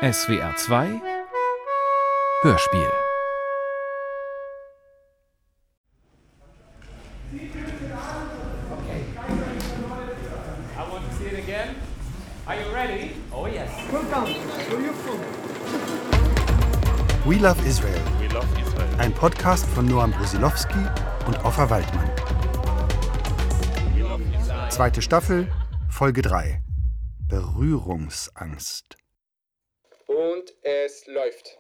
SWR 2 Hörspiel. We Love Israel. Ein Podcast von Noam Brusilowski und Offa Waldmann. Zweite Staffel, Folge 3. Berührungsangst. Und es läuft.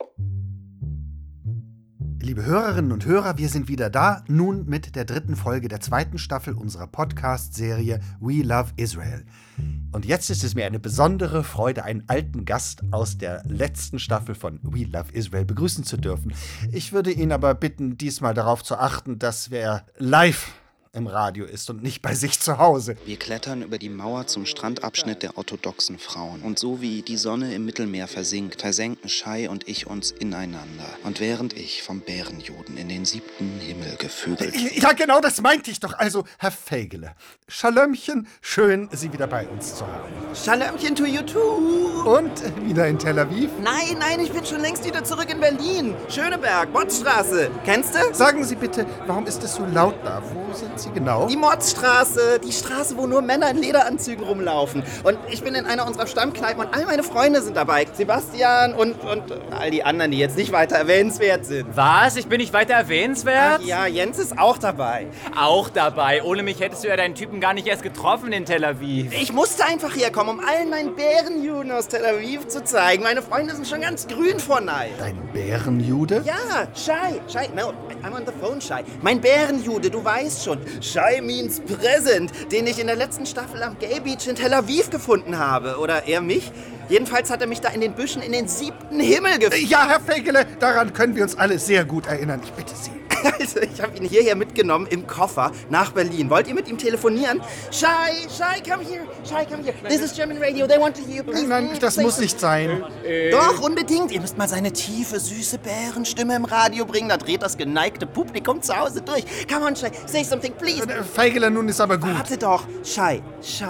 Liebe Hörerinnen und Hörer, wir sind wieder da, nun mit der dritten Folge der zweiten Staffel unserer Podcast-Serie We Love Israel. Und jetzt ist es mir eine besondere Freude, einen alten Gast aus der letzten Staffel von We Love Israel begrüßen zu dürfen. Ich würde ihn aber bitten, diesmal darauf zu achten, dass wir live im Radio ist und nicht bei sich zu Hause. Wir klettern über die Mauer zum Strandabschnitt der orthodoxen Frauen. Und so wie die Sonne im Mittelmeer versinkt, versenken Shai und ich uns ineinander. Und während ich vom Bärenjuden in den 7. Himmel gevögelt... Ja, genau, das meinte ich doch. Also, Herr Fägele, Schalömchen, schön, Sie wieder bei uns zu haben. Schalömchen to you too. Und wieder in Tel Aviv? Nein, ich bin schon längst wieder zurück in Berlin. Schöneberg, Motzstraße. Kennst du? Sagen Sie bitte, warum ist es so laut da? Wo sind Sie genau? Die Motzstraße, die Straße, wo nur Männer in Lederanzügen rumlaufen. Und ich bin in einer unserer Stammkneipen und all meine Freunde sind dabei. Sebastian und all die anderen, die jetzt nicht weiter erwähnenswert sind. Was? Ich bin nicht weiter erwähnenswert? Ach ja, Jens ist auch dabei. Auch dabei. Ohne mich hättest du ja deinen Typen gar nicht erst getroffen in Tel Aviv. Ich musste einfach herkommen, um allen meinen Bärenjuden aus Tel Aviv zu zeigen. Meine Freunde sind schon ganz grün vor Neid. Dein Bärenjude? Ja, Shai, no, I'm on the phone, Shai. Mein Bärenjude, du weißt schon. Shai means present, den ich in der letzten Staffel am Gay Beach in Tel Aviv gefunden habe. Oder er mich. Jedenfalls hat er mich da in den Büschen in den 7. Himmel geführt. Ja, Herr Fägele, daran können wir uns alle sehr gut erinnern. Ich bitte Sie. Also, ich habe ihn hierher mitgenommen im Koffer nach Berlin. Wollt ihr mit ihm telefonieren? Shai, come here. Shai, come here. This is German radio. They want to hear you. Please. Nein, das muss nicht sein. Doch, unbedingt. Ihr müsst mal seine tiefe, süße Bärenstimme im Radio bringen. Da dreht das geneigte Publikum zu Hause durch. Come on, Shai. Say something, please. Fägele, nun ist aber gut. Warte doch. Shai,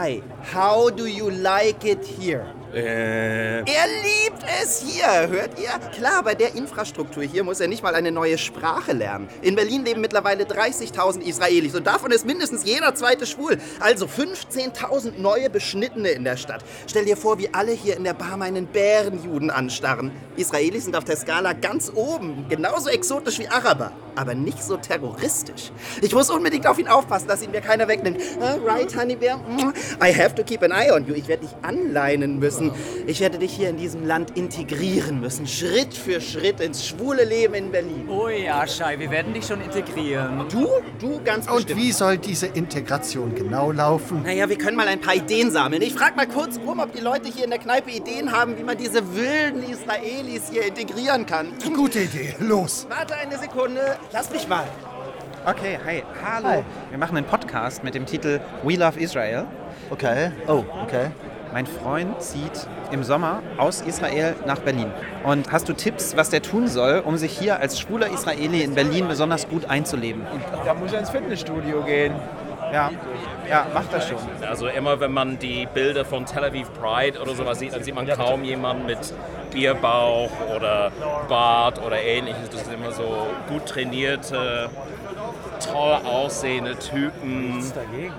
how do you like it here? Er liebt es hier, hört ihr? Klar, bei der Infrastruktur hier muss er nicht mal eine neue Sprache lernen. In Berlin leben mittlerweile 30.000 Israelis und davon ist mindestens jeder zweite schwul. Also 15.000 neue Beschnittene in der Stadt. Stell dir vor, wie alle hier in der Bar meinen Bärenjuden anstarren. Israelis sind auf der Skala ganz oben, genauso exotisch wie Araber, aber nicht so terroristisch. Ich muss unbedingt auf ihn aufpassen, dass ihn mir keiner wegnimmt. Right, Honey Bear? I have to keep an eye on you. Ich werde dich anleinen müssen. Ich werde dich hier in diesem Land integrieren müssen, Schritt für Schritt ins schwule Leben in Berlin. Oh ja, Shai, wir werden dich schon integrieren. Du ganz bestimmt. Und wie soll diese Integration genau laufen? Naja, wir können mal ein paar Ideen sammeln. Ich frage mal kurz rum, ob die Leute hier in der Kneipe Ideen haben, wie man diese wilden Israelis hier integrieren kann. Gute Idee, los. Warte eine Sekunde, lass mich mal. Okay, hallo. Hi. Wir machen einen Podcast mit dem Titel We Love Israel. Okay, okay. Mein Freund zieht im Sommer aus Israel nach Berlin. Und hast du Tipps, was der tun soll, um sich hier als schwuler Israeli in Berlin besonders gut einzuleben? Da muss er ins Fitnessstudio gehen. Ja, macht das schon. Also immer, wenn man die Bilder von Tel Aviv Pride oder sowas sieht, dann sieht man kaum jemanden mit Bierbauch oder Bart oder ähnliches. Das sind immer so gut trainierte, toll aussehende Typen. Nichts dagegen.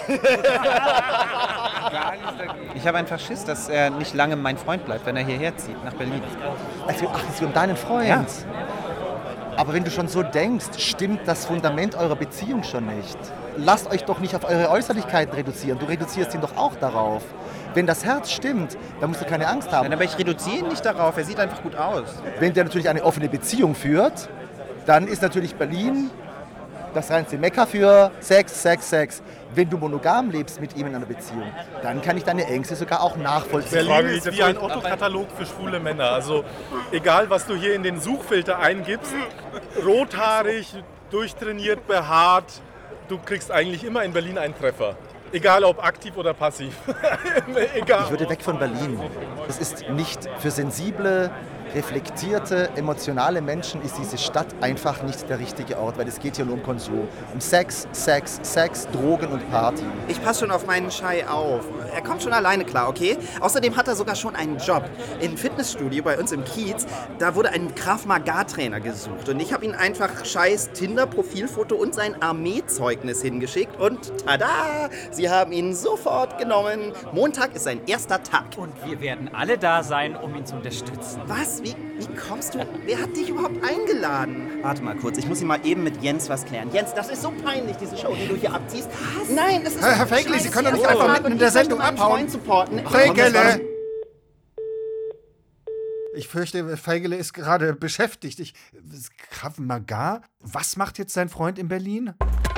Ich habe einfach Schiss, dass er nicht lange mein Freund bleibt, wenn er hierher zieht, nach Berlin. Es geht um deinen Freund. Ja. Aber wenn du schon so denkst, stimmt das Fundament eurer Beziehung schon nicht. Lasst euch doch nicht auf eure Äußerlichkeiten reduzieren. Du reduzierst ihn doch auch darauf. Wenn das Herz stimmt, dann musst du keine Angst haben. Nein, aber ich reduziere ihn nicht darauf. Er sieht einfach gut aus. Wenn der natürlich eine offene Beziehung führt, dann ist natürlich Berlin das reinste Mekka für Sex. Wenn du monogam lebst mit ihm in einer Beziehung, dann kann ich deine Ängste sogar auch nachvollziehen. Berlin ist wie ein Otto-Katalog für schwule Männer. Also egal, was du hier in den Suchfilter eingibst, rothaarig, durchtrainiert, behaart, du kriegst eigentlich immer in Berlin einen Treffer. Egal ob aktiv oder passiv. Egal. Ich würde weg von Berlin. Das ist nicht für sensible, reflektierte, emotionale Menschen ist diese Stadt einfach nicht der richtige Ort, weil es geht hier nur um Konsum. Um Sex, Sex, Sex, Drogen und Party. Ich passe schon auf meinen Schei auf. Er kommt schon alleine klar, okay? Außerdem hat er sogar schon einen Job. Im Fitnessstudio bei uns im Kiez, da wurde ein Krav Maga-Trainer gesucht. Und ich habe ihm einfach Scheiß Tinder-Profilfoto und sein Armeezeugnis hingeschickt. Und tada! Sie haben ihn sofort genommen. Montag ist sein erster Tag. Und wir werden alle da sein, um ihn zu unterstützen. Was? Wie kommst du? Wer hat dich überhaupt eingeladen? Warte mal kurz, ich muss mal eben mit Jens was klären. Jens, das ist so peinlich, diese Show, die du hier abziehst. Was? Nein, das ist... Herr Fegele, Sie können doch nicht einfach mitten in der Sendung abhauen. Fegele! Ich fürchte, Fegele ist gerade beschäftigt. Krav Maga? Was macht jetzt sein Freund in Berlin?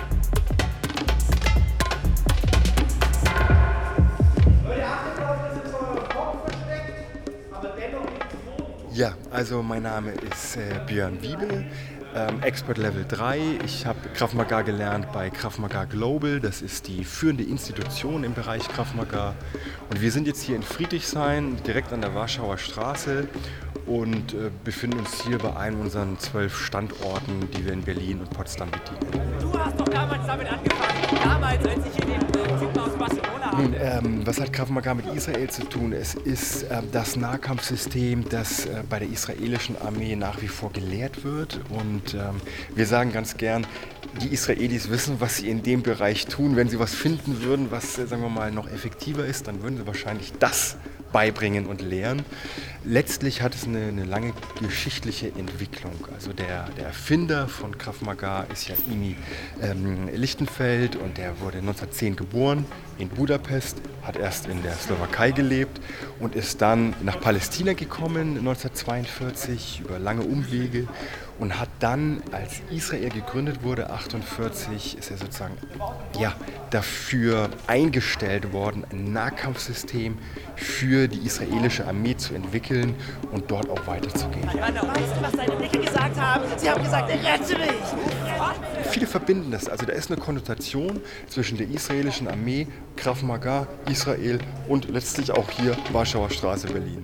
Ja, also mein Name ist Björn Wiebe, Expert Level 3. Ich habe Krav Maga gelernt bei Krav Maga Global. Das ist die führende Institution im Bereich Krav Maga. Und wir sind jetzt hier in Friedrichshain, direkt an der Warschauer Straße und befinden uns hier bei einem unserer 12 Standorten, die wir in Berlin und Potsdam bedienen. Du hast doch damals damit angefangen. Damals, als ich hier den Typen aus Barcelona habe. Nun, was hat Krav Maga mit Israel zu tun? Es ist das Nahkampfsystem, das bei der israelischen Armee nach wie vor gelehrt wird. Und wir sagen ganz gern, die Israelis wissen, was sie in dem Bereich tun. Wenn sie was finden würden, was, sagen wir mal, noch effektiver ist, dann würden sie wahrscheinlich das beibringen und lehren. Letztlich hat es eine lange geschichtliche Entwicklung. Also der Erfinder von Krav Maga ist ja Imi Lichtenfeld und der wurde 1910 geboren in Budapest, hat erst in der Slowakei gelebt und ist dann nach Palästina gekommen 1942 über lange Umwege und hat dann, als Israel gegründet wurde, 1948, ist er sozusagen dafür eingestellt worden, ein Nahkampfsystem für die israelische Armee zu entwickeln und dort auch weiterzugehen. Weißt du, was seine Blicke gesagt haben? Sie haben gesagt, rette mich! Viele verbinden das. Also da ist eine Konnotation zwischen der israelischen Armee, Krav Maga, Israel und letztlich auch hier Warschauer Straße, Berlin.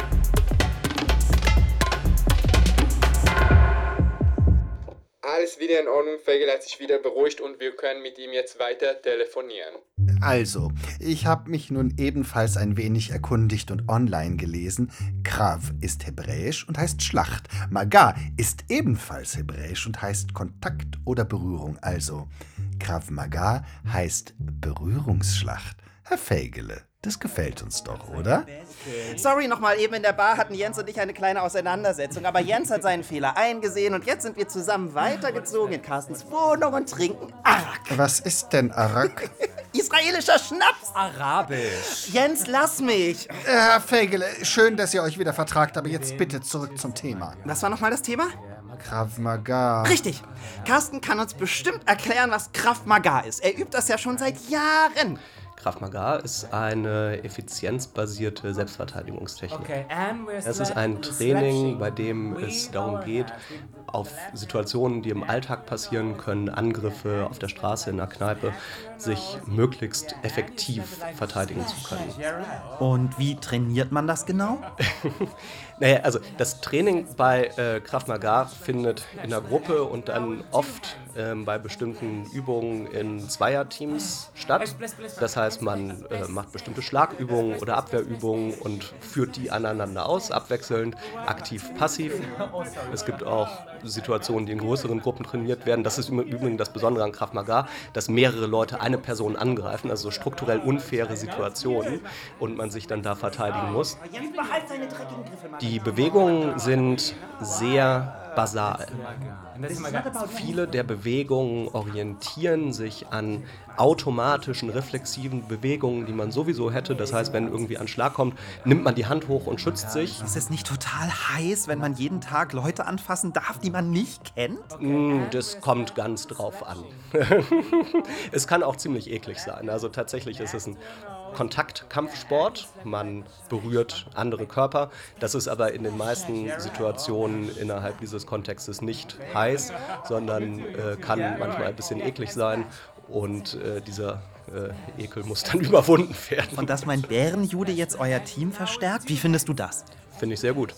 Alles wieder in Ordnung, Fegele hat sich wieder beruhigt und wir können mit ihm jetzt weiter telefonieren. Also, ich habe mich nun ebenfalls ein wenig erkundigt und online gelesen. Krav ist hebräisch und heißt Schlacht. Maga ist ebenfalls hebräisch und heißt Kontakt oder Berührung. Also, Krav Maga heißt Berührungsschlacht. Herr Fegele, das gefällt uns doch, oder? Sorry, nochmal eben in der Bar hatten Jens und ich eine kleine Auseinandersetzung, aber Jens hat seinen Fehler eingesehen und jetzt sind wir zusammen weitergezogen in Carstens Wohnung und trinken Arak. Was ist denn Arak? Israelischer Schnaps. Arabisch. Jens, lass mich. Herr Fegele, schön, dass ihr euch wieder vertragt, aber jetzt bitte zurück zum Thema. Was war nochmal das Thema? Krav Maga. Richtig. Carsten kann uns bestimmt erklären, was Krav Maga ist. Er übt das ja schon seit Jahren. Krav Maga ist eine effizienzbasierte Selbstverteidigungstechnik. Okay. Es ist ein Training, bei dem es darum geht, auf Situationen, die im Alltag passieren können, Angriffe auf der Straße, in der Kneipe, sich möglichst effektiv verteidigen zu können. Und wie trainiert man das genau? Naja, also das Training bei Krav Maga findet in der Gruppe und dann oft bei bestimmten Übungen in Zweierteams statt. Das heißt, man macht bestimmte Schlagübungen oder Abwehrübungen und führt die aneinander aus, abwechselnd, aktiv, passiv. Es gibt auch Situationen, die in größeren Gruppen trainiert werden. Das ist im Übrigen das Besondere an Krav Maga, dass mehrere Leute eine Person angreifen, also strukturell unfaire Situationen und man sich dann da verteidigen muss. Die Bewegungen sind sehr basal. Viele der Bewegungen orientieren sich an automatischen, reflexiven Bewegungen, die man sowieso hätte. Das heißt, wenn irgendwie ein Schlag kommt, nimmt man die Hand hoch und schützt sich. Ist es nicht total heiß, wenn man jeden Tag Leute anfassen darf, die man nicht kennt? Das kommt ganz drauf an. Es kann auch ziemlich eklig sein. Also tatsächlich ist es ein Kontaktkampfsport. Man berührt andere Körper. Das ist aber in den meisten Situationen innerhalb dieses Kontextes nicht heiß, sondern kann manchmal ein bisschen eklig sein. Und dieser Ekel muss dann überwunden werden. Und dass mein Bärenjude jetzt euer Team verstärkt, wie findest du das? Finde ich sehr gut.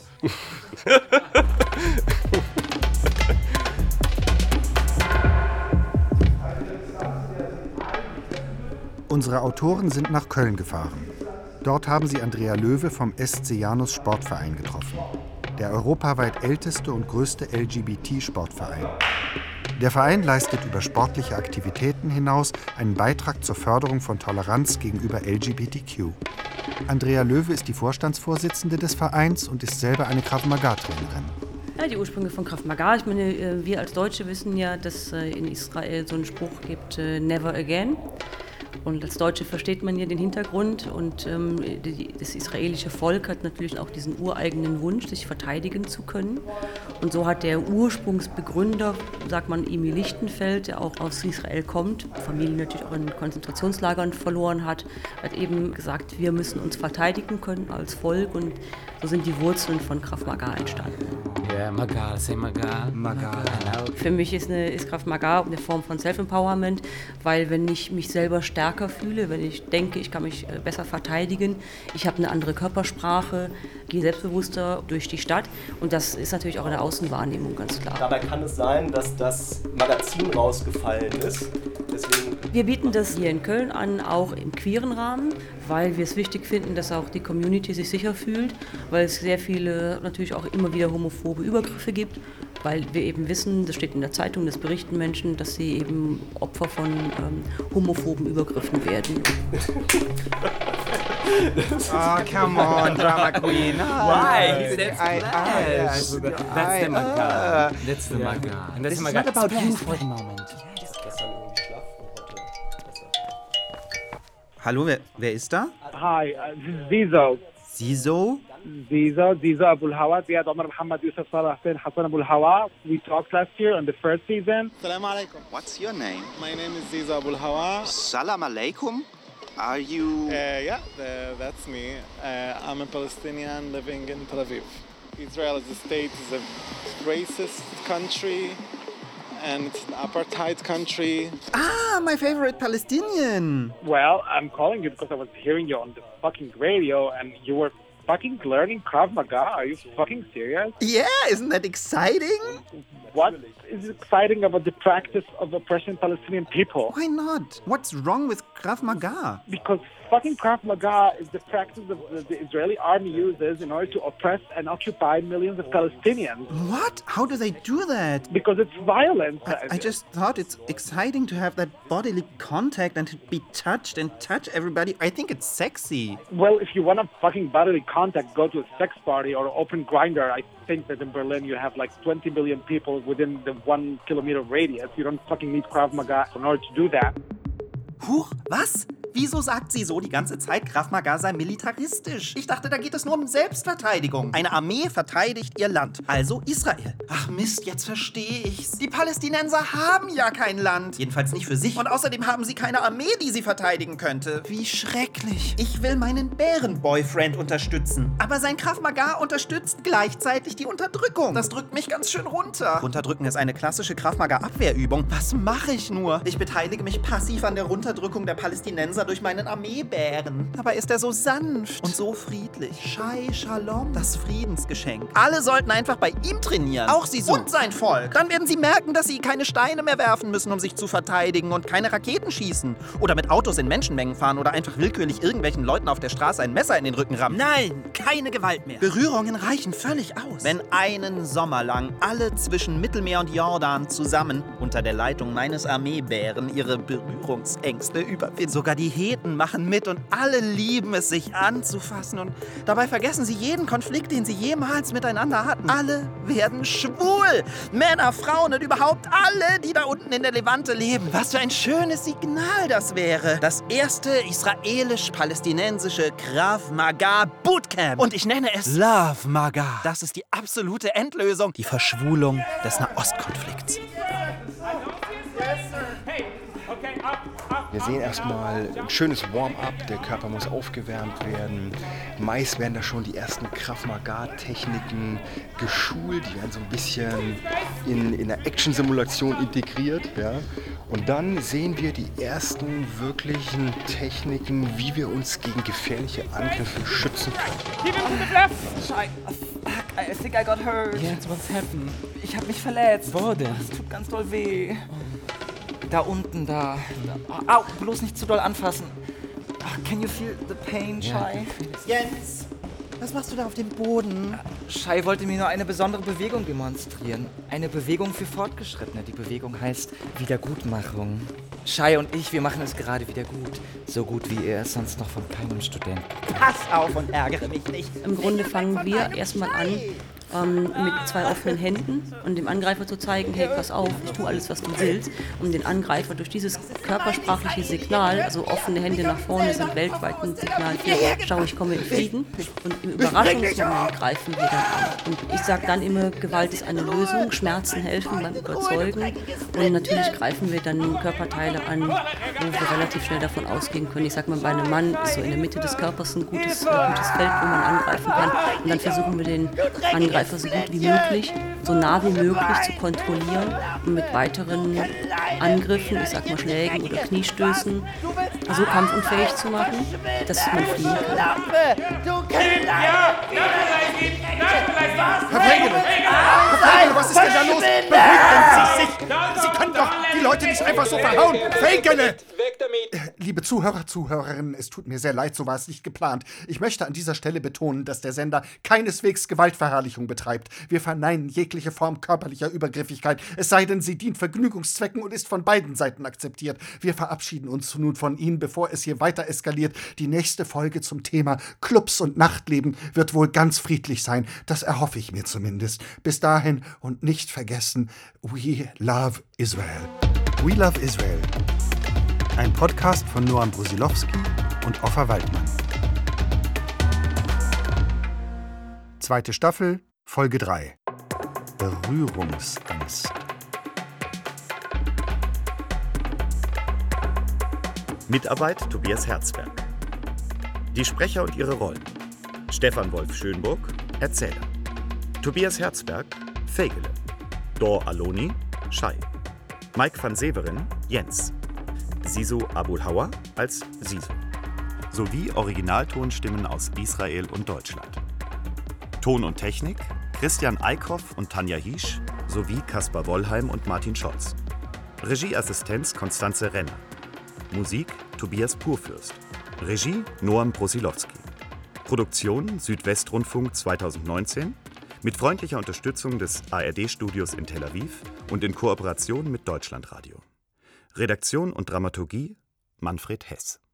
Unsere Autoren sind nach Köln gefahren. Dort haben sie Andrea Löwe vom SC Janus Sportverein getroffen. Der europaweit älteste und größte LGBT-Sportverein. Der Verein leistet über sportliche Aktivitäten hinaus einen Beitrag zur Förderung von Toleranz gegenüber LGBTQ. Andrea Löwe ist die Vorstandsvorsitzende des Vereins und ist selber eine Krav Maga-Trainerin. Ja, die Ursprünge von Krav Maga. Ich meine, wir als Deutsche wissen ja, dass in Israel so einen Spruch gibt, never again. Und als Deutsche versteht man ja den Hintergrund und das israelische Volk hat natürlich auch diesen ureigenen Wunsch, sich verteidigen zu können. Und so hat der Ursprungsbegründer, sagt man, Emil Lichtenfeld, der auch aus Israel kommt, Familie natürlich auch in Konzentrationslagern verloren hat eben gesagt, wir müssen uns verteidigen können als Volk und so sind die Wurzeln von Krav Maga entstanden. Ja, Maga, say Maga. Maga. Für mich ist Krav Maga eine Form von Self-Empowerment, weil wenn ich mich selber stärker fühle, wenn ich denke, ich kann mich besser verteidigen, ich habe eine andere Körpersprache, gehe selbstbewusster durch die Stadt und das ist natürlich auch in der Außenwahrnehmung ganz klar. Dabei kann es sein, dass das Magazin rausgefallen ist. Deswegen wir bieten das hier in Köln an, auch im queeren Rahmen, weil wir es wichtig finden, dass auch die Community sich sicher fühlt, weil es sehr viele natürlich auch immer wieder homophobe Übergriffe gibt, weil wir eben wissen, das steht in der Zeitung, das berichten Menschen, dass sie eben Opfer von homophoben Übergriffen werden. Oh, come on, Drama Queen. Why? That's the Maga. That's the Maga. This is not about you for the moment. Hallo, wer ist da? Hi, this is Zizo. Zizo? Zizo Abul Hawa. Ziad Omar Muhammad Yusuf Salah Hussein Hassan Abul Hawa. We talked last year on the first season. Salam alaikum. What's your name? My name is Zizo Abul Hawa. Salam alaikum. Are you... Yeah, that's me. I'm a Palestinian living in Tel Aviv. Israel as a state is a racist country and it's an apartheid country. Ah, my favorite Palestinian. Well, I'm calling you because I was hearing you on the fucking radio and you were fucking learning Krav Maga. Are you fucking serious? Yeah, isn't that exciting? What is exciting about the practice of oppressing Palestinian people? Why not? What's wrong with Krav Maga? Because fucking Krav Maga is the practice that the Israeli army uses in order to oppress and occupy millions of Palestinians. What? How do they do that? Because it's violent. I just thought it's exciting to have that bodily contact and to be touched and touch everybody. I think it's sexy. Well, if you want a fucking bodily contact, go to a sex party or open Grindr. I think that in Berlin you have like 20 million people within the 1 kilometer radius. You don't fucking need Krav Maga in order to do that. Huch, was? Wieso sagt sie so die ganze Zeit, Krav Maga sei militaristisch? Ich dachte, da geht es nur um Selbstverteidigung. Eine Armee verteidigt ihr Land, also Israel. Ach Mist, jetzt verstehe ich's. Die Palästinenser haben ja kein Land. Jedenfalls nicht für sich. Und außerdem haben sie keine Armee, die sie verteidigen könnte. Wie schrecklich. Ich will meinen Bären-Boyfriend unterstützen. Aber sein Krav Maga unterstützt gleichzeitig die Unterdrückung. Das drückt mich ganz schön runter. Runterdrücken ist eine klassische Krav Maga-Abwehrübung. Was mache ich nur? Ich beteilige mich passiv an der Runterdrückung der Palästinenser durch meinen Armeebären. Dabei ist er so sanft und so friedlich. Shai Shalom, das Friedensgeschenk. Alle sollten einfach bei ihm trainieren. Auch sie so. Und sein Volk. Dann werden sie merken, dass sie keine Steine mehr werfen müssen, um sich zu verteidigen und keine Raketen schießen. Oder mit Autos in Menschenmengen fahren oder einfach willkürlich irgendwelchen Leuten auf der Straße ein Messer in den Rücken rammen. Nein, keine Gewalt mehr. Berührungen reichen völlig aus. Wenn einen Sommer lang alle zwischen Mittelmeer und Jordan zusammen unter der Leitung meines Armeebären ihre Berührungsängste überwinden. Sogar die Heten machen mit und alle lieben es, sich anzufassen. Und dabei vergessen sie jeden Konflikt, den sie jemals miteinander hatten. Alle werden schwul. Männer, Frauen und überhaupt alle, die da unten in der Levante leben. Was für ein schönes Signal das wäre. Das erste israelisch-palästinensische Krav Maga Bootcamp. Und ich nenne es Love Maga. Das ist die absolute Endlösung. Die Verschwulung des Nahostkonflikts. Hey, okay, up. Wir sehen erstmal ein schönes Warm-up, der Körper muss aufgewärmt werden. Meist werden da schon die ersten Krav Maga-Techniken geschult, die werden so ein bisschen in der Action-Simulation integriert. Ja? Und dann sehen wir die ersten wirklichen Techniken, wie wir uns gegen gefährliche Angriffe schützen können. Keep him to the left! Scheiße, fuck, I think I got hurt. Yes, what's happened? Ich hab mich verletzt. Wo denn? Das tut ganz doll weh. Da unten, da. Au, bloß nicht zu doll anfassen. Can you feel the pain, Shai? Jens, was machst du da auf dem Boden? Shai wollte mir nur eine besondere Bewegung demonstrieren. Eine Bewegung für Fortgeschrittene. Die Bewegung heißt Wiedergutmachung. Shai und ich, wir machen es gerade wieder gut. So gut, wie er es sonst noch von keinem Studenten. Pass auf und ärgere mich nicht. Im Grunde fangen wir erstmal an, mit 2 offenen Händen und dem Angreifer zu zeigen, hey, pass auf, ich tue alles, was du willst, um den Angreifer durch dieses körpersprachliche Signal, also offene Hände nach vorne sind weltweit ein Signal für, schau, ich komme in Frieden, und im Überraschungsmoment greifen wir dann an. Und ich sage dann immer, Gewalt ist eine Lösung, Schmerzen helfen beim Überzeugen, und natürlich greifen wir dann Körperteile an, wo wir relativ schnell davon ausgehen können. Ich sag mal, bei einem Mann ist so in der Mitte des Körpers ein gutes Feld, wo man angreifen kann, und dann versuchen wir den Angreifer so gut wie möglich, so nah wie möglich zu kontrollieren und mit weiteren Angriffen, ich sag mal Schlägen oder Kniestößen, so kampfunfähig zu machen, dass man fliehen kann. Herr Fegele, was ist denn da los? Beruhigen Sie sich! Sie können doch die Leute nicht einfach so verhauen! Fegele! Weg damit! Liebe Zuhörer, Zuhörerinnen, es tut mir sehr leid, so war es nicht geplant. Ich möchte an dieser Stelle betonen, dass der Sender keineswegs Gewaltverherrlichung betreibt. Wir verneinen jegliche Form körperlicher Übergriffigkeit, es sei denn, sie dient Vergnügungszwecken und ist von beiden Seiten akzeptiert. Wir verabschieden uns nun von Ihnen, bevor es hier weiter eskaliert. Die nächste Folge zum Thema Clubs und Nachtleben wird wohl ganz friedlich sein. Das erhoffe ich mir zumindest. Bis dahin und nicht vergessen, We Love Israel. We Love Israel. Ein Podcast von Noam Brusilowski und Offa Waldmann. 2. Staffel, Folge 3. Berührungsangst. Mitarbeit Tobias Herzberg. Die Sprecher und ihre Rollen: Stefan Wolf Schönburg, Erzähler; Tobias Herzberg, Fegele; Dor Aloni, Shai; Mike van Severen, Jens; Siso Abulhauer als Siso; sowie Originaltonstimmen aus Israel und Deutschland. Ton und Technik: Christian Eickhoff und Tanja Hiesch sowie Kaspar Wollheim und Martin Scholz. Regieassistenz Konstanze Renner. Musik Tobias Purfürst. Regie Noam Brusilowski. Produktion Südwestrundfunk 2019 mit freundlicher Unterstützung des ARD-Studios in Tel Aviv und in Kooperation mit Deutschlandradio. Redaktion und Dramaturgie Manfred Hess.